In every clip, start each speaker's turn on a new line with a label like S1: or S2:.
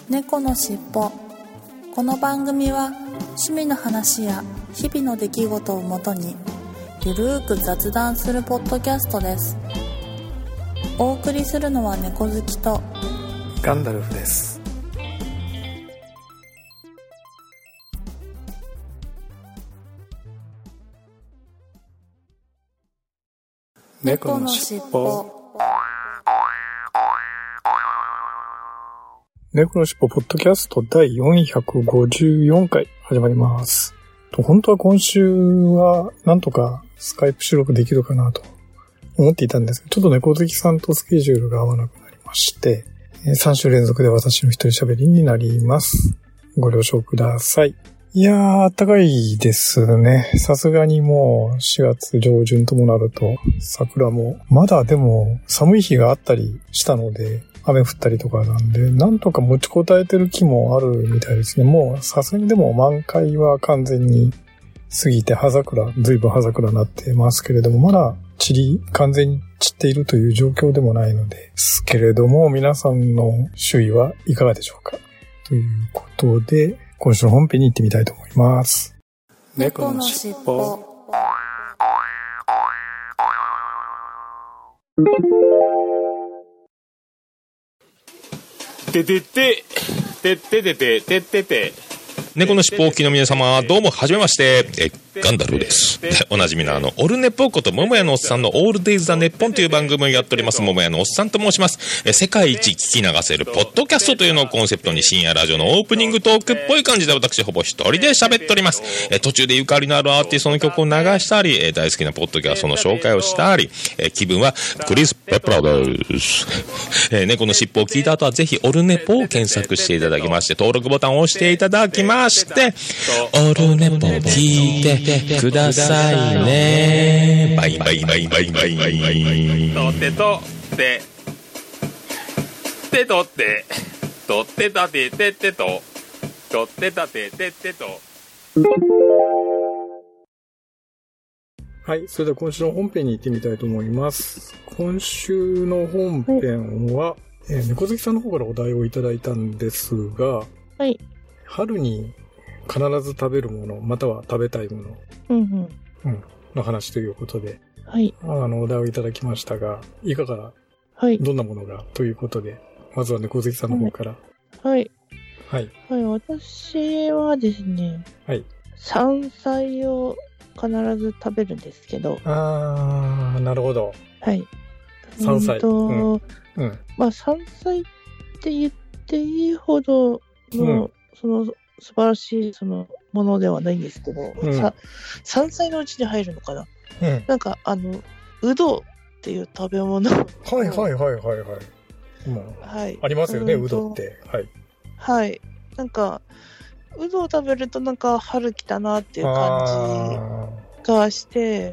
S1: 猫のしっぽ。この番組は趣味の話や日々の出来事をもとにゆるーく雑談するポッドキャストです。お送りするのは猫好きと
S2: ガンダルフです。
S1: 猫のしっぽ。
S2: 猫のしっぽポッドキャスト第454回始まります。本当は今週はなんとかスカイプ収録できるかなと思っていたんですが、ちょっと猫好きさんとスケジュールが合わなくなりまして、3週連続で私の一人喋りになります。ご了承ください。いやー、暖かいですね。さすがにもう4月上旬ともなると桜もまだでも寒い日があったりしたので、雨降ったりとかなんで、なんとか持ちこたえてる木もあるみたいですね。もうさすがにでも満開は完全に過ぎて随分葉桜になってますけれども、まだ完全に散っているという状況でもないのですけれども、皆さんの周囲はいかがでしょうか。ということで、今週の本編に行ってみたいと思います。
S1: 猫のしっぽ。
S3: てててててててててて猫のしっぽをお聞きの皆様、どうもはじめまして、ガンダルです。おなじみのオルネポこと桃屋のおっさんのオールデイズ・ザ・ネッポンという番組をやっております桃屋のおっさんと申します。世界一聞き流せるポッドキャストというのをコンセプトに深夜ラジオのオープニングトークっぽい感じで私ほぼ一人で喋っております。途中でゆかりのあるアーティストの曲を流したり、大好きなポッドキャストの紹介をしたり、気分はクリス・ペプラーです。猫のしっぽを聞いた後はぜひオルネポを検索していただきまして、登録ボタンを押していただきまして、オルネポ聞いてくださいね。バイバイバイバイバイバイ。とってとっててとってとってたてててととってたてててと。
S2: はい、それでは今週の本編に行ってみたいと思います。今週の本編は、猫好きさんの方からお題をいただいたんですが、
S4: はい、
S2: 春に必ず食べるもの、または食べたいもの、の話ということで、
S4: はい、
S2: お題をいただきましたが、いかが、
S4: はい、
S2: どんなものがということで、まずは猫好きさんの方から。
S4: はい。
S2: はい。
S4: はい、私はですね、
S2: はい。
S4: 山菜を必ず食べるんですけど。
S2: なるほど。
S4: はい。
S2: 山菜。
S4: まあ、山菜って言っていいほどの、素晴らしいものではないんですけど、山菜のうちに入るのかな、なんかうどっていう食べ物。
S2: はいはい。
S4: はい。
S2: ありますよね、うどって。はい。
S4: はい。なんか、うどを食べるとなんか春来たなっていう感じがして、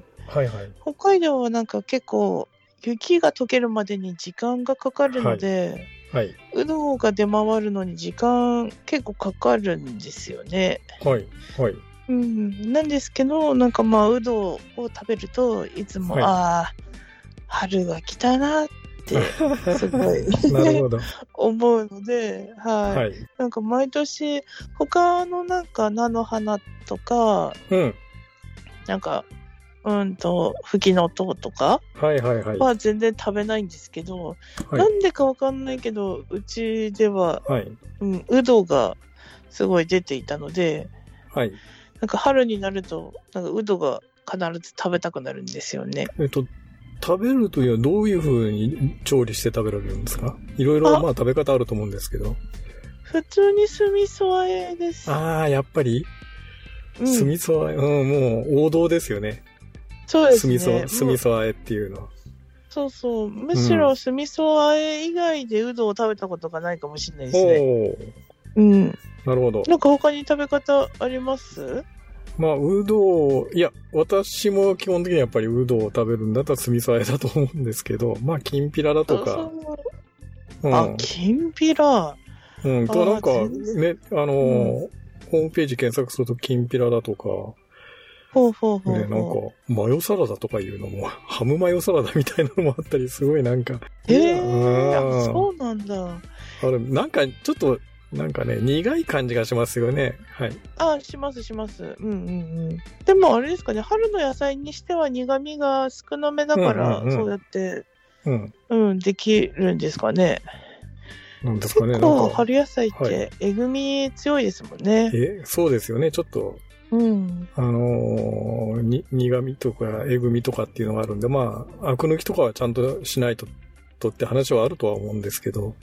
S2: はいはい。
S4: 北海道はなんか結構雪が溶けるまでに時間がかかるので、
S2: はい。
S4: うどが出回るのに時間結構かかるんですよね。
S2: はい。はい。
S4: なんですけど、なんかまあうどを食べるといつも、春が来たなってすごい
S2: なるほど
S4: 思うので、はい。なんか毎年他のなんか菜の花とか、なんかフキノトウとかは全然食べないんですけど、なんでかわかんないけどうちでは、うどがすごい出ていたので、なんか春になるとなんかうどが必ず食べたくなるんですよね。
S2: 食べるというのはどういう風に調理して食べられるんですか？いろいろ食べ方あると思うんですけど。
S4: 普通に酢味噌和えです。
S2: やっぱり、酢味噌和え、もう王道ですよね。
S4: そうですね。
S2: 酢味噌和えっていうのは。
S4: そうそう。むしろ酢味噌和え以外でうどを食べたことがないかもしれないですね。
S2: なるほど。
S4: なんか他に食べ方あります？
S2: うど、私も基本的にやっぱりうどを食べるんだったら酢味噌和えだと思うんですけど、きんぴらだとか。
S4: きんぴら。
S2: なんかね、ホームページ検索するときんぴらだとか、なんか、マヨサラダとかいうのも、ハムマヨサラダみたいなのもあったり、すごいなんか。
S4: そうなんだ。
S2: なんか、ちょっと、 なんかね、苦い感じがしますよね。はい。
S4: あ、します。でもあれですかね、春の野菜にしては苦味が少なめだから、そうやって、できるんですかね。
S2: なんですかね。
S4: 結構春野菜ってえぐみ強いですもんね。
S2: そうですよね。ちょっと、苦味とかえぐみとかっていうのがあるんで、まあ、アク抜きとかはちゃんとしないとって話はあるとは思うんですけど、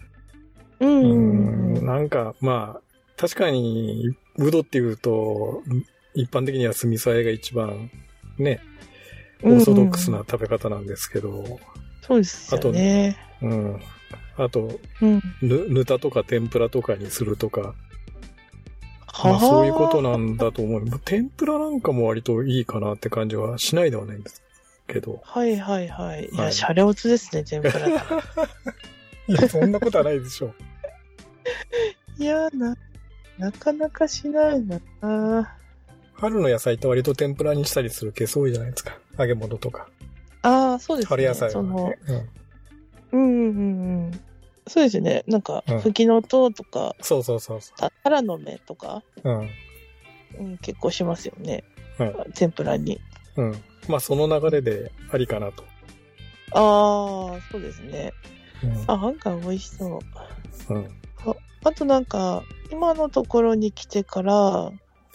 S2: なんか、まあ、確かに、ウドっていうと、一般的には酢味噌和えが一番ね、オーソドックスな食べ方なんですけど、
S4: そうですよね。
S2: あと、ぬたとか天ぷらとかにするとか、まあそういうことなんだと思う。天ぷらなんかも割といいかなって感じはしないではないんですけど。
S4: はい。いや、シャレオツですね、天ぷら。
S2: いや、そんなことはないでしょ。
S4: いや、なかなかしないな。
S2: 春の野菜って割と天ぷらにしたりするケース多いじゃないですか。揚げ物とか。
S4: ああ、そうですね。
S2: 春野菜はね。
S4: そうですね。なんか、ふきのとうとか、
S2: そう。
S4: タラの芽とか、結構しますよね。天ぷらに。
S2: まあ、その流れでありかなと。
S4: ああ、そうですね。なんか美味しそう。あとなんか、今のところに来てから、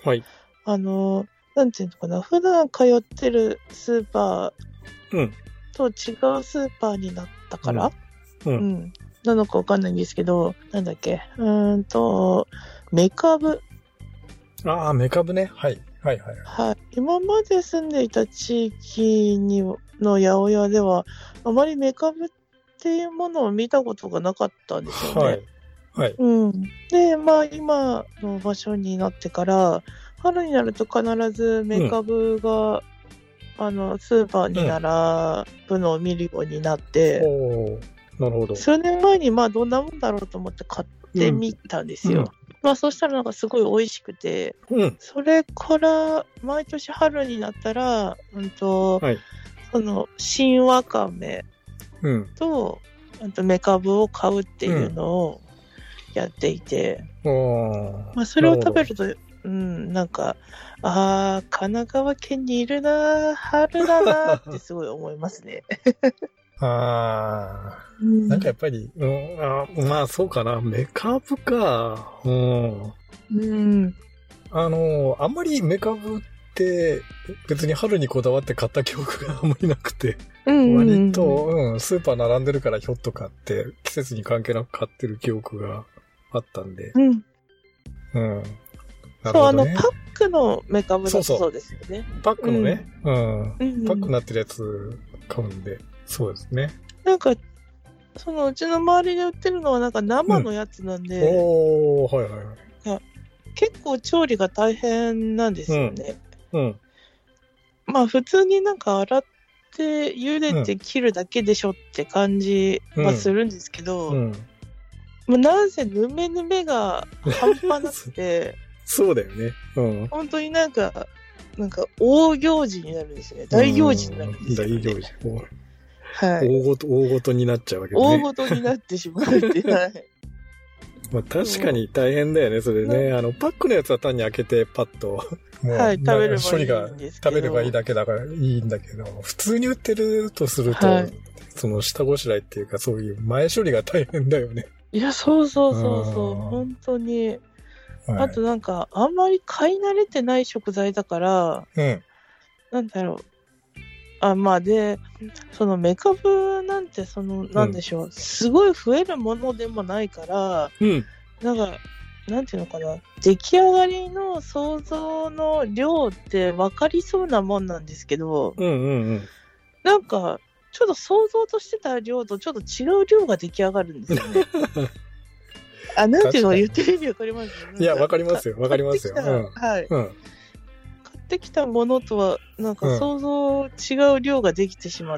S4: なんていうのかな、普段通ってるスーパーと違うスーパーになったから、なのかわかんないんですけど、なんだっけ、メカブ。
S2: ああ、メカブね。はい。
S4: 今まで住んでいた地域の八百屋では、あまりメカブっていうものを見たことがなかったんですよね。で、まあ今の場所になってから、春になると必ずメカブが、スーパーに並ぶのを見るようになって、
S2: なるほど。
S4: 数年前にまあどんなもんだろうと思って買ってみたんですよ。まあそうしたらなんかすごい美味しくて、それから毎年春になったら、その新わかめと、メカブを買うっていうのをやっていて、まあそれを食べると、なんか、神奈川県にいるな、春だなってすごい思いますね。
S2: なんかやっぱり、まあそうかな、メカブか。あんまりメカブって別に春にこだわって買った記憶があんまりなくて、割と、スーパー並んでるからひょっと買って季節に関係なく買ってる記憶があったんで。
S4: そう、パックのメカブだとそうですよね。
S2: パックのね、パックになってるやつ買うんで、そうですね。
S4: なんか、うちの周りで売ってるのはなんか生のやつなんで、結構調理が大変なんですよね。まあ普通になんか洗って茹でて切るだけでしょって感じはするんですけど、もうなんせヌメヌメが半端なくて、
S2: そうだよね。
S4: 本当になんか大行事になるんですね。大行事になるんですよ、ね。
S2: 大行事。大ごとになっちゃうわけね。
S4: 大ごとになってしまうって、
S2: まあ確かに大変だよね、それね。パックのやつは単に開けてパッと、
S4: 食べればいいんですけど。
S2: 処理が食べればいいだけだからいいんだけど、普通に売ってるとすると、その下ごしらえっていうかそういう前処理が大変だよね。
S4: いや、そう。本当に。あとなんか、あんまり買い慣れてない食材だから、なんだろう。まあで、そのメカブなんてなんでしょう、すごい増えるものでもないから、なんか、なんていうのかな、出来上がりの想像の量って分かりそうなもんなんですけど、なんか、ちょっと想像としてた量とちょっと違う量が出来上がるんですよね。なんていうのを言ってる意味わかります？
S2: いや、わかりますよ。買
S4: ってきたものとは、なんか想像違う量ができてしまって。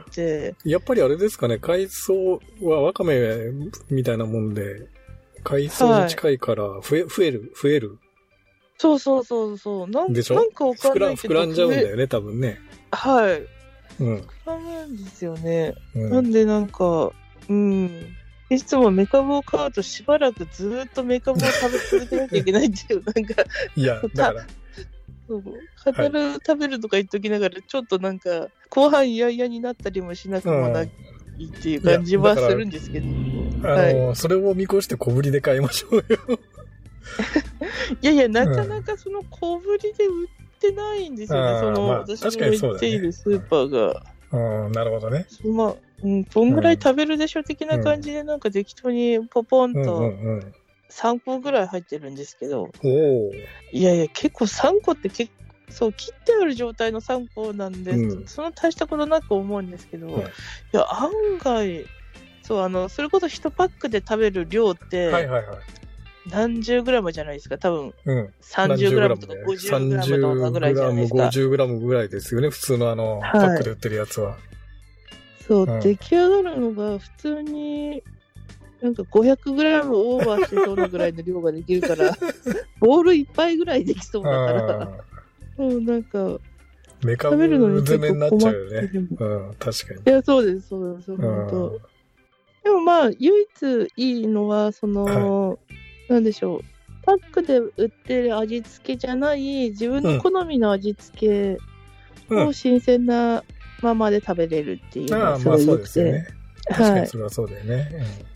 S2: やっぱりあれですかね、海藻はわかめみたいなもんで、海藻に近いから増える。
S4: そう。
S2: でしょ？
S4: なんかわかんないけど。
S2: 膨らんじゃうんだよね、多分ね。
S4: 膨らむんですよね。なんでなんか、 いつもメカブを買うとしばらくずっとメカブを食べ続けなきゃいけないっていう、なんか、
S2: いや、だから。
S4: そう食べるとか言っときながら、ちょっとなんか、後半嫌々になったりもしなくもないっていう感じはするんですけど。
S2: それを見越して小ぶりで買いましょうよ。
S4: いや、なかなかその小ぶりで売ってないんですよね、私が行っているスーパーが。
S2: なるほどね。
S4: まあ、どんぐらい食べるでしょ的な感じで、なんか適当にポポンと3個ぐらい入ってるんですけど、いや、結構3個ってそう、切ってある状態の3個なんで、その大したことなく思うんですけど、いや、案外、そう、それこそ1パックで食べる量って、何十グラムじゃないですか、多分、30グラムとか50グラムとかぐらいじゃないですか。
S2: 50グラムぐらいですよね、普通のパックで売ってるやつは。
S4: そう、出来上がるのが普通に、なんか500グラムオーバーしてそうなぐらいの量ができるから、ボールいっぱいぐらいできそうだから、もうなんか、
S2: 食べるのに結構困っちゃうよね。確かに。
S4: いや、そうです、本当。でもまあ、唯一いいのは、なんでしょう、パックで売ってる味付けじゃない、自分の好みの味付けを新鮮なままで食べれるっていうのがすごい良くて。
S2: 確かにそれはそうだよね。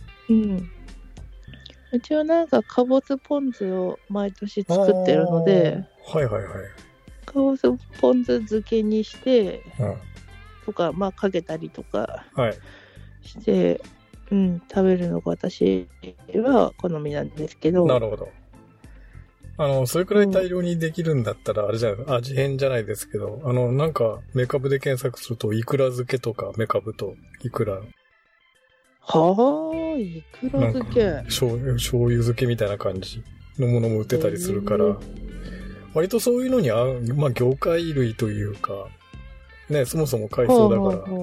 S4: うちはなんか、かぼすポン酢を毎年作ってるので、かぼすポン酢漬けにして、とか、まあ、かけたりとかして、食べるのが私は好みなんですけど。
S2: なるほど。それくらい大量にできるんだったら、あれじゃ味変じゃないですけど、なんか、メカブで検索すると、イクラ漬けとか、メカブとイクラ。
S4: イクラ漬け。
S2: 醤油漬けみたいな感じのものも売ってたりするから、割とそういうのに合う、まあ、魚介類というか、ね、そもそも海藻だから、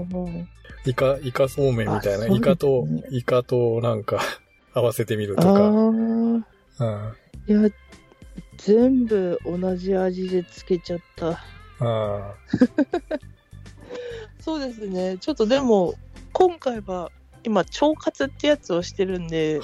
S2: イカそうめんみたいな、イカとなんか合わせてみるとか。
S4: いや、全部同じ味でつけちゃった。そうですね。ちょっとでも、今回は、今、腸活ってやつをしてるんで、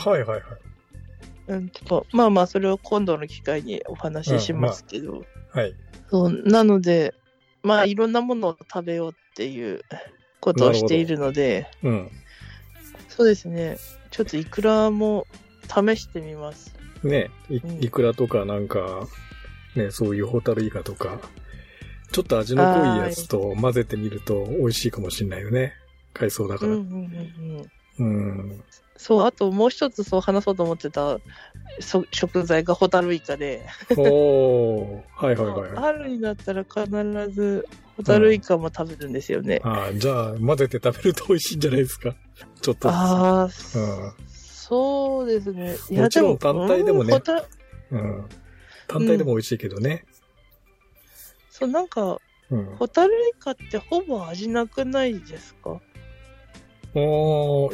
S4: まあまあ、それを今度の機会にお話ししますけど、そう、なので、まあ、いろんなものを食べようっていうことをしているので、そうですね。ちょっとイクラも試してみます。
S2: ね、イクラとかなんか、ね、そういうホタルイカとか、ちょっと味の濃いやつと混ぜてみると美味しいかもしれないよね。海藻だから。
S4: そう、あともう一つそう話そうと思ってた食材がホタルイカで。春になったら必ずホタルイカも食べるんですよね。
S2: じゃあ混ぜて食べると美味しいんじゃないですか。ちょっと。
S4: そうですね。
S2: もちろん単体でもね。単体でも美味しいけどね。
S4: そう、なんか、ホタルイカってほぼ味なくないですか？
S2: ホ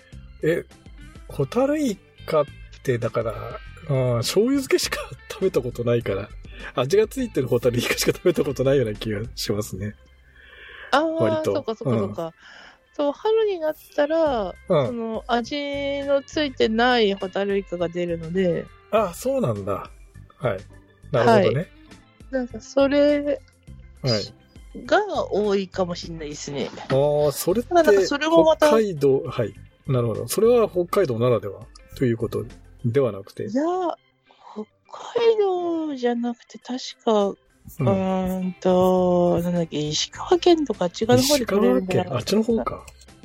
S2: タルイカってだから、醤油漬けしか食べたことないから、味がついてるホタルイカしか食べたことないような気がしますね。割と。
S4: そうか。そう、春になったら、その味のついてないホタルイカが出るので。
S2: そうなんだ。なるほどね。
S4: なんかそれが多いかもしれないですね。
S2: それって北海道、なるほど。それは北海道ならではということではなくて。
S4: いや、北海道じゃなくて確か、なんだっけ、石川県とかあっち側の方で取れるんじゃないかな。
S2: あっちの方か。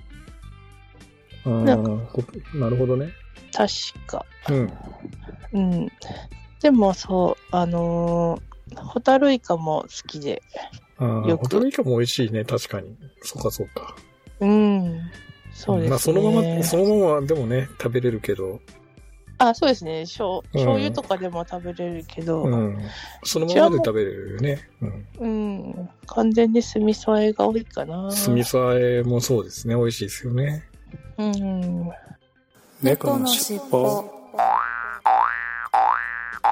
S2: なるほどね。
S4: 確か。でもそう、ホタルイカも好きで。
S2: ホタルイカも美味しいね、確かに。そうか。
S4: そうですね。
S2: そのままでもね、食べれるけど。
S4: そうですね。醤油とかでも食べれるけど。
S2: そのままで食べれるよね。
S4: 完全に酢味噌和えが多いかな。
S2: 酢味噌和えもそうですね。美味しいですよね。
S1: 猫のしっぽ。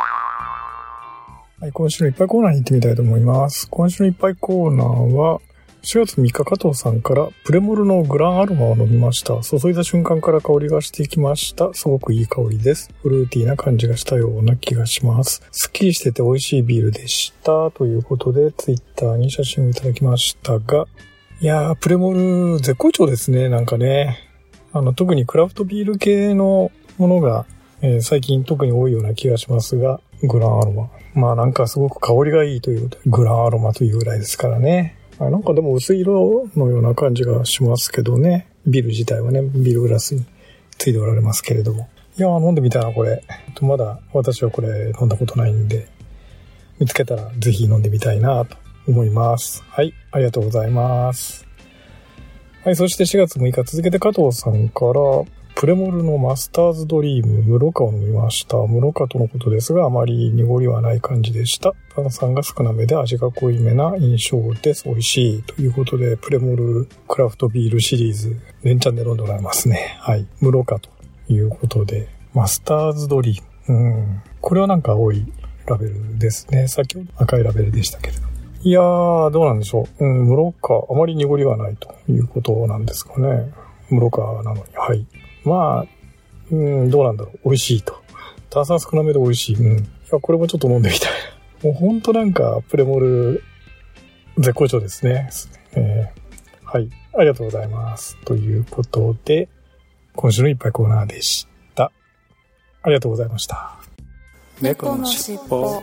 S2: 今週のいっぱいコーナーに行ってみたいと思います。今週のいっぱいコーナーは、 4月3日加藤さんからプレモルのグランアロマを飲みました。注いだ瞬間から香りがしてきました。すごくいい香りです。フルーティーな感じがしたような気がします。スッキリしてて美味しいビールでした。ということでツイッターに写真をいただきましたが、いやー、プレモル絶好調ですね。なんかね、特にクラフトビール系のものが、最近特に多いような気がしますが、グランアロマ。まあなんかすごく香りがいいということで、グランアロマというぐらいですからね。なんかでも薄い色のような感じがしますけどね。ビール自体はね、ビールグラスについておられますけれども。いやー、飲んでみたいな、これ。まだ私はこれ飲んだことないんで、見つけたらぜひ飲んでみたいなと思います。はい、ありがとうございます。はい、そして4月6日続けて加藤さんから、プレモルのマスターズドリームムロカを飲みました。ムロカとのことですが、あまり濁りはない感じでした。炭酸が少なめで味が濃いめな印象です。美味しい。ということで、プレモルクラフトビールシリーズ、連チャンで飲んでおられますね。はい。ムロカということで、マスターズドリーム。これはなんか青いラベルですね。先ほど赤いラベルでしたけれど。いやー、どうなんでしょう。ムロカ、あまり濁りはないということなんですかね。ムロカなのに、はい。まあ、どうなんだろう。美味しいと。炭酸少なめで美味しい。いや、これもちょっと飲んでみたいな。もうほんとなんか、プレモル、絶好調ですね。はい。ありがとうございます。ということで、今週のいっぱいコーナーでした。ありがとうございました。
S1: 猫のしっぽ。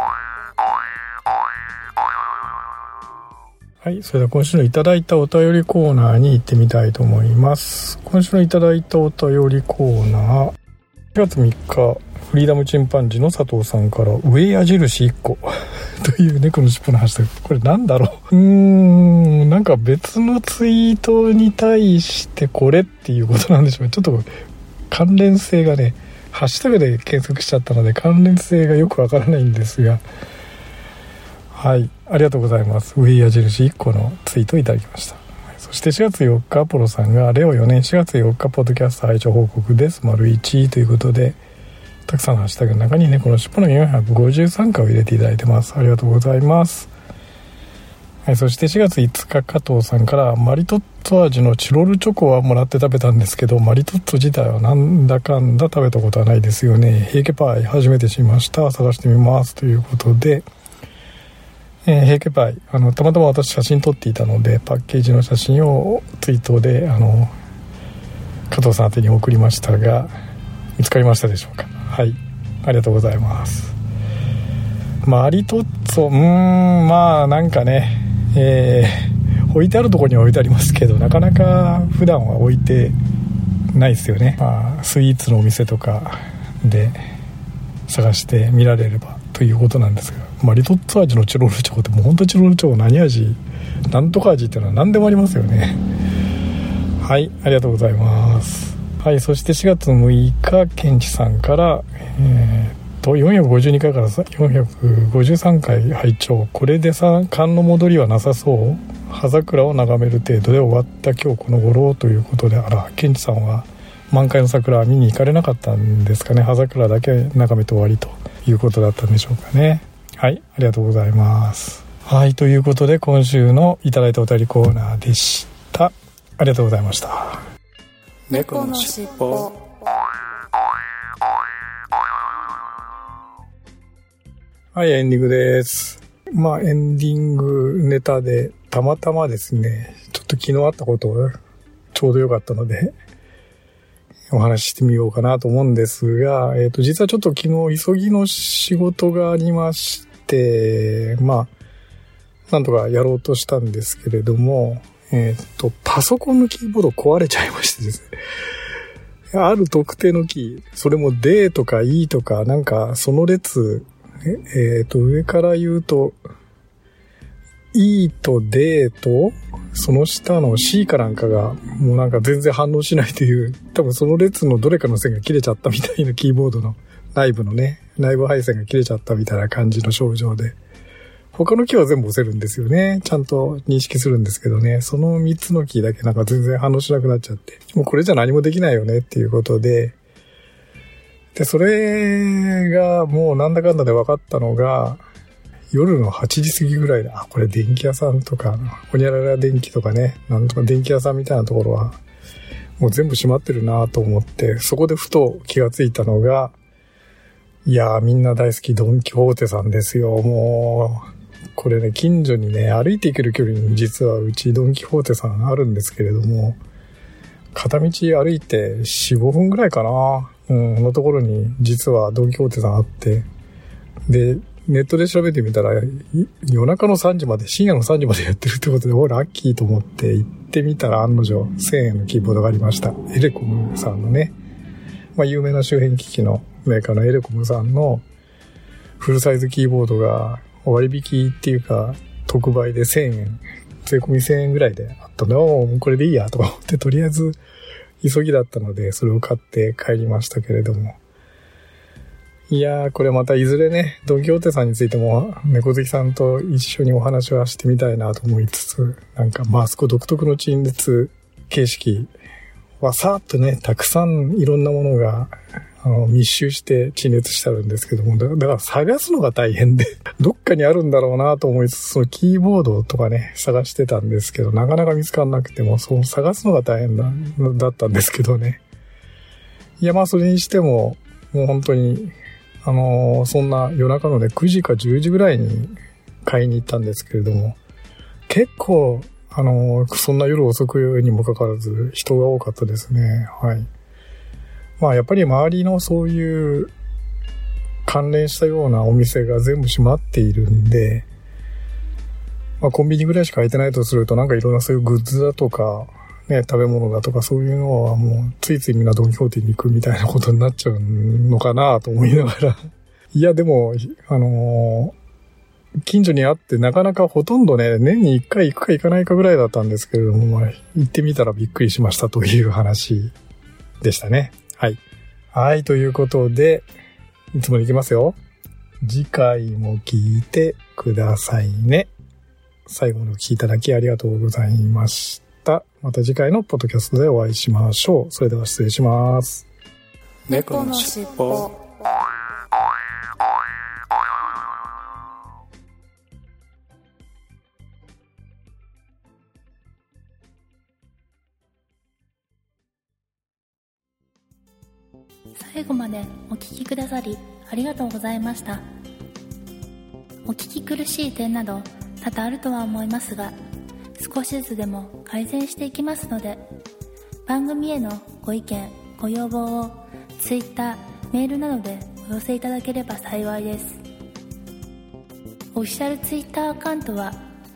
S2: はい。それでは今週のいただいたお便りコーナーに行ってみたいと思います。今週のいただいたお便りコーナー。4月3日、フリーダムチンパンジーの佐藤さんから、上矢印1個という猫の尻尾のハッシュタグ。これなんだろう。なんか別のツイートに対してこれっていうことなんでしょう。ちょっと関連性がね、ハッシュタグで検索しちゃったので関連性がよくわからないんですが、はい、ありがとうございます。上矢印1個のツイートをいただきました。そして4月4日、アポロさんが、令和4年4月4日、ポッドキャスト配聴報告です。1ということで、たくさんのハッシュタグの中に猫の尻尾の453回を入れていただいてます。ありがとうございます。はい、そして4月5日、加藤さんから、マリトッツォ味のチロルチョコはもらって食べたんですけど、マリトッツォ自体はなんだかんだ食べたことはないですよね。ヘーケパイ初めて知りました。探してみます。ということで、ヘーケパイ、たまたま私写真撮っていたので、パッケージの写真をツイートで、加藤さん宛てに送りましたが、見つかりましたでしょうか。はい、ありがとうございます。マリトッツォ、まあなんかね、置いてあるところには置いてありますけど、なかなか普段は置いてないですよね。まあスイーツのお店とかで探して見られればということなんですが、マリトッツォ味のチロルチョコってもう本当チロルチョコ何味なんとか味っていうのは何でもありますよね。はい、ありがとうございます。はい、そして4月6日ケンチさんから452回から453回拝聴。これで寒の戻りはなさそう。葉桜を眺める程度で終わった今日この頃ということで、あら、ケンチさんは満開の桜は見に行かれなかったんですかね。葉桜だけ眺めて終わりということだったんでしょうかね。はい、ありがとうございます。はい、ということで今週のいただいたお便りコーナーでした。ありがとうございました。
S1: 猫のしっぽ。
S2: はい、エンディングです。まあエンディングネタでたまたまですね、ちょっと昨日あったことをちょうどよかったのでお話ししてみようかなと思うんですが、実はちょっと昨日急ぎの仕事がありまして、まあなんとかやろうとしたんですけれども、パソコンのキーボード壊れちゃいましてですね、ある特定のキー、それも D とか E とかなんかその列、上から言うと E と D とその下の C かなんかがもうなんか全然反応しないという、多分その列のどれかの線が切れちゃったみたいな、キーボードの内部のね、内部配線が切れちゃったみたいな感じの症状で、他のキーは全部押せるんですよね。ちゃんと認識するんですけどね、その3つのキーだけなんか全然反応しなくなっちゃって、もうこれじゃ何もできないよねっていうことで、それがもうなんだかんだで分かったのが、 夜の8時過ぎぐらいで、これ電気屋さんとか、ホニャララ電気とかね、なんとか電気屋さんみたいなところは、もう全部閉まってるなと思って、そこでふと気がついたのが、いやーみんな大好きドンキホーテさんですよ。もう、これね、近所にね、歩いて行ける距離に実はうちドンキホーテさんあるんですけれども、片道歩いて4、5分ぐらいかな。のところに実はドンキホーテさんあって、で、ネットで調べてみたら、夜中の3時まで、深夜の3時までやってるってことで、ラッキーと思って行ってみたら案の定1000円のキーボードがありました。エレコムさんのね、有名な周辺機器のメーカーのエレコムさんのフルサイズキーボードが割引っていうか特売で1000円、税込み1000円ぐらいであったので、これでいいやとか思って、とりあえず急ぎだったのでそれを買って帰りましたけれども、いやーこれまたいずれね、ドンキホーテさんについても猫好きさんと一緒にお話はしてみたいなと思いつつ、なんかあそこ独特の陳列形式はさーっとね、たくさんいろんなものが密集して陳列してあるんですけども、だから探すのが大変でどっかにあるんだろうなと思いつつ、そのキーボードとかね探してたんですけど、なかなか見つからなくても、その探すのが大変だったんですけどね。いやそれにしてももう本当にそんな夜中のね9時か10時ぐらいに買いに行ったんですけれども、結構そんな夜遅くにもかかわらず人が多かったですね。はい。やっぱり周りのそういう関連したようなお店が全部閉まっているんで、コンビニぐらいしか空いてないとすると、なんかいろんなそういうグッズだとか、ね、食べ物だとかそういうのはもうついついみんなドンキホーテに行くみたいなことになっちゃうのかなと思いながら。いや、でも、近所にあってなかなかほとんどね、年に1回行くか行かないかぐらいだったんですけれども、行ってみたらびっくりしましたという話でしたね。はい。はい、ということで、いつも行きますよ。次回も聞いてくださいね。最後までお聞きいただきありがとうございました。また次回のポッドキャストでお会いしましょう。それでは失礼します。
S1: 猫のしっぽ。最後までお聞きくださりありがとうございました。お聞き苦しい点など多々あるとは思いますが、少しずつでも改善していきますので、番組へのご意見ご要望を Twitter、メールなどでお寄せいただければ幸いです。オフィシャル Twitter アカウントは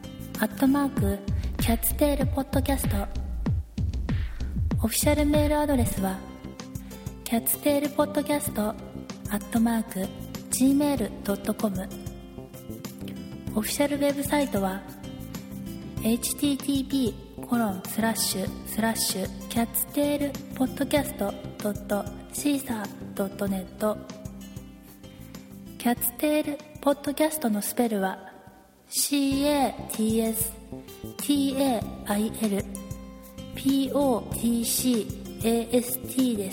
S1: キャッツテールポッドキャスト、オフィシャルメールアドレスはキャッツテールポッドキャスト@gmail.com、 オフィシャルウェブサイトは http://catstailpodcast.caesar.net、 キャッツテールポッドキャストのスペルは CATSTAILPODCAST です。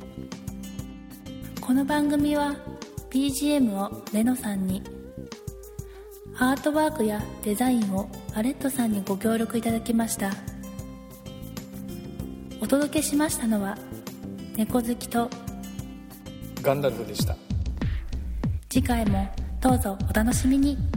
S1: この番組は BGM をレノさんに、アートワークやデザインをアレットさんにご協力いただきました。お届けしましたのは猫好きと
S2: ガンダルフでした。
S1: 次回もどうぞお楽しみに。